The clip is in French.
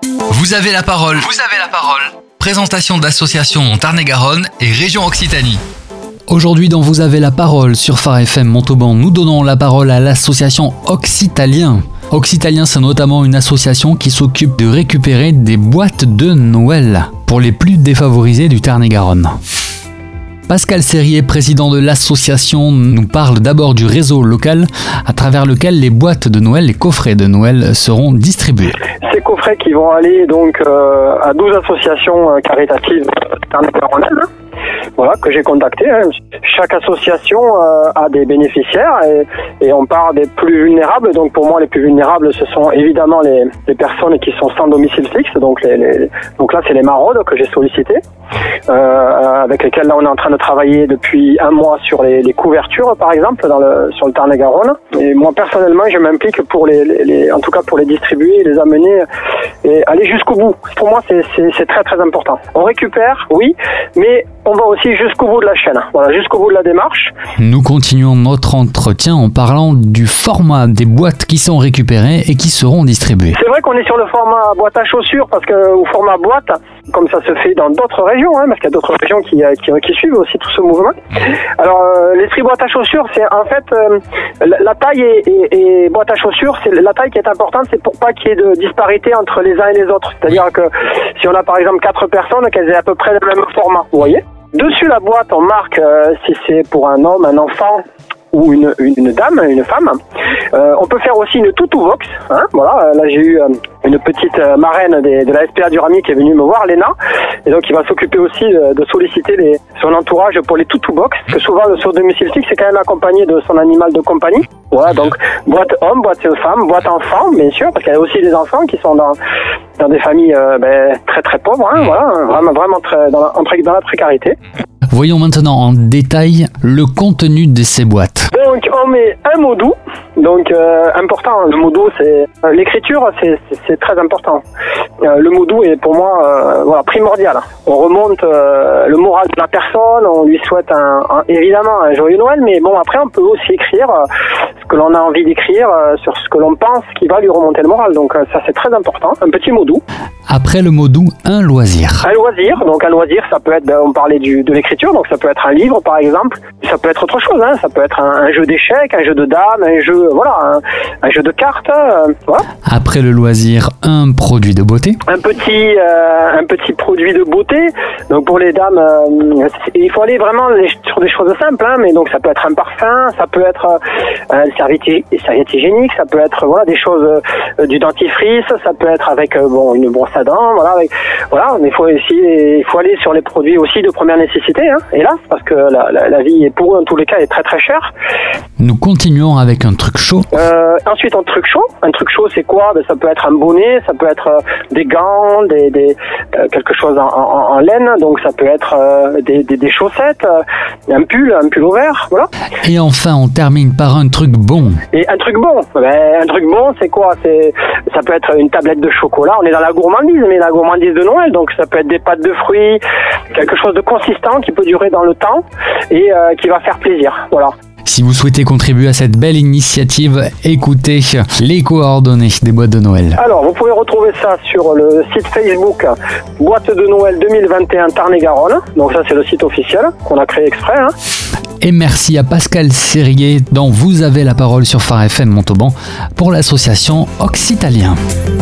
Vous avez la parole. Vous avez la parole. Présentation d'associations en Tarn-et-Garonne et région Occitanie. Aujourd'hui dans Vous avez la parole sur Phare FM Montauban, nous donnons la parole à l'association Occitalien. Occitalien, c'est notamment une association qui s'occupe de récupérer des boîtes de Noël pour les plus défavorisés du Tarn-et-Garonne. Pascal Serrier, président de l'association, nous parle d'abord du réseau local à travers lequel les boîtes de Noël, les coffrets de Noël seront distribués. Ces coffrets qui vont aller donc à 12 associations caritatives tarn-et-garonnaises, voilà, que j'ai contactées. Chaque association a des bénéficiaires et on part des plus vulnérables. Donc pour moi, les plus vulnérables, ce sont évidemment les personnes qui sont sans domicile fixe. Donc là, c'est les maraudes que j'ai sollicitées, avec lesquelles là on est en train de travailler depuis un mois sur les couvertures, par exemple, sur le Tarn-et-Garonne. Et moi personnellement, je m'implique pour en tout cas pour les distribuer, les amener et aller jusqu'au bout. Pour moi, c'est très très important. On récupère, oui, mais on va aussi jusqu'au bout de la chaîne, voilà, jusqu'au bout de la démarche. Nous continuons notre entretien en parlant du format des boîtes qui sont récupérées et qui seront distribuées. C'est vrai qu'on est sur le format boîte à chaussures, parce que au format boîte, comme ça se fait dans d'autres régions, parce qu'il y a d'autres régions qui suivent aussi tout ce mouvement. Alors l'esprit boîte à chaussures, c'est en fait la taille et boîte à chaussures, c'est la taille qui est importante, c'est pour pas qu'il y ait de disparité entre les uns et les autres. C'est-à-dire que si on a par exemple 4 personnes, qu'elles aient à peu près le même format, vous voyez. Dessus la boîte, on marque si c'est pour un homme, un enfant ou une dame, une femme. On peut faire aussi une toutou box. Voilà, là j'ai eu une petite marraine de la SPA du Rami qui est venue me voir, Léna, et donc il va s'occuper aussi de solliciter son entourage pour les toutou box, que souvent le sur domicile fixe c'est quand même accompagné de son animal de compagnie. Voilà, donc boîte homme, boîte femme, boîte enfant, bien sûr, parce qu'il y a aussi des enfants qui sont dans des familles très très pauvres, voilà, vraiment très dans la précarité. Voyons maintenant en détail le contenu de ces boîtes. Donc on met un mot doux, donc important, le mot doux c'est l'écriture, c'est très important. Le mot doux est pour moi primordial. On remonte le moral de la personne, on lui souhaite évidemment un joyeux Noël, mais bon après on peut aussi écrire ce que l'on a envie d'écrire sur ce que l'on pense qui va lui remonter le moral, donc ça c'est très important, un petit mot doux. Après le mot doux, un loisir. Un loisir, ça peut être, on parlait de l'écriture, donc ça peut être un livre par exemple, ça peut être autre chose, ça peut être un jeu d'échecs, un jeu de dames, un jeu de cartes, voilà. Après le loisir, un produit de beauté. Un petit produit de beauté, donc pour les dames, il faut aller vraiment sur des choses simples, mais donc ça peut être un parfum, ça peut être une serviette hygiénique, ça peut être des choses du dentifrice, ça peut être avec une brosse à dents, mais il faut aller sur les produits aussi de première nécessité, hélas, parce que la vie pour eux en tous les cas est très très chère. Nous continuons avec un truc chaud. Ensuite un truc chaud c'est quoi? Ça peut être un bonnet, ça peut être des gants, quelque chose en laine, donc ça peut être des chaussettes, un pull au vert, voilà. Et enfin on termine par un truc bon. Et un truc bon, c'est quoi? Ça peut être une tablette de chocolat, on est dans la gourmandise, mais la gourmandise de Noël, donc ça peut être des pâtes de fruits, quelque chose de consistant qui peut durer dans le temps et qui va faire plaisir, voilà. Si vous souhaitez contribuer à cette belle initiative, écoutez les coordonnées des boîtes de Noël. Alors, vous pouvez retrouver ça sur le site Facebook Boîte de Noël 2021 Tarn-et-Garonne. Donc ça, c'est le site officiel qu'on a créé exprès. Et merci à Pascal Serrier dont vous avez la parole sur Phare FM Montauban pour l'association Occitalien.